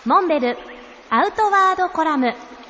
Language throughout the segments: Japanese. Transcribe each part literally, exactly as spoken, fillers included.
モンベルアウトワードコラム。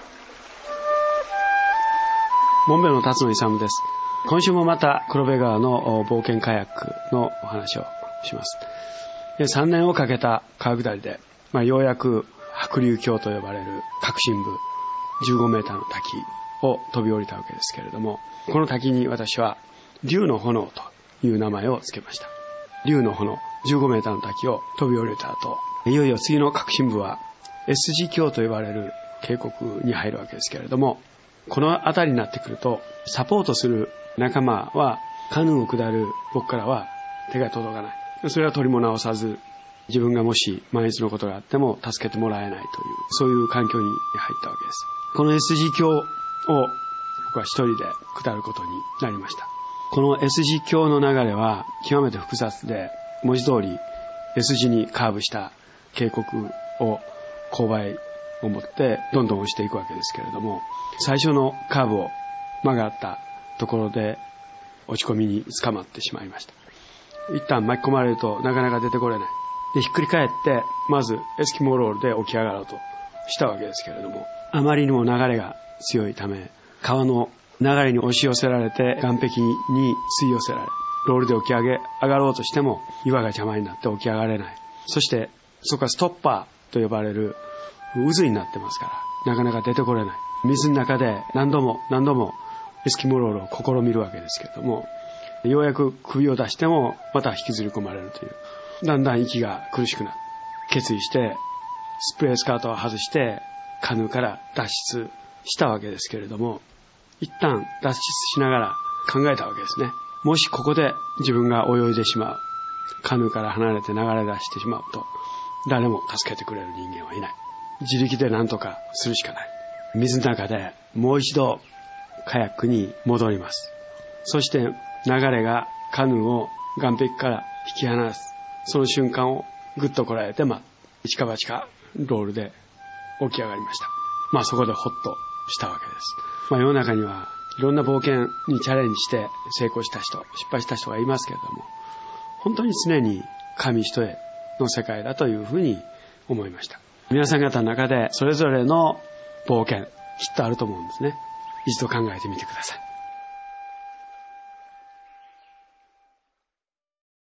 モンベルの辰野勇です。今週もまた黒部川の冒険カヤックのお話をします。でさんねんをかけた川下りで、まあ、ようやく白竜峡と呼ばれる核心部じゅうごメーターの滝を飛び降りたわけですけれども、この滝に私は竜の炎という名前を付けました。竜の炎、じゅうごメーターの滝を飛び降りた後、いよいよ次の核心部は S 字峡と呼ばれる渓谷に入るわけですけれども、この辺りになってくるとサポートする仲間はカヌーを下る僕からは手が届かない。それは取りも直さず、自分がもし万一のことがあっても助けてもらえないという、そういう環境に入ったわけです。この S 字峡を僕は一人で下ることになりました。この S 字峡の流れは極めて複雑で、文字通り S 字にカーブした渓谷を勾配を持ってどんどん押していくわけですけれども、最初のカーブを曲がったところで落ち込みに捕まってしまいました。一旦巻き込まれるとなかなか出てこれない。で、ひっくり返ってまずエスキモーロールで起き上がろうとしたわけですけれども、あまりにも流れが強いため、川の流れに押し寄せられて岸壁に吸い寄せられ、ロールで起き上げ上がろうとしても岩が邪魔になって起き上がれない。そしてそこはストッパーと呼ばれる渦になってますから、なかなか出てこれない。水の中で何度も何度もエスキモーロールを試みるわけですけれども、ようやく首を出してもまた引きずり込まれるという、だんだん息が苦しくなる。決意してスプレースカートを外してカヌーから脱出したわけですけれども、一旦脱出しながら考えたわけですね。もしここで自分が泳いでしまう、カヌーから離れて流れ出してしまうと、誰も助けてくれる人間はいない。自力で何とかするしかない。水の中でもう一度カヤックに戻ります。そして流れがカヌーを岸壁から引き離す、その瞬間をぐっとこらえて、まあ一か八かロールで起き上がりました。まあそこでホッとしたわけです。まあ世の中にはいろんな冒険にチャレンジして成功した人、失敗した人がいますけれども、本当に常に神一重の世界だというふうに思いました。皆さん方の中でそれぞれの冒険きっとあると思うんですね。一度考えてみてください。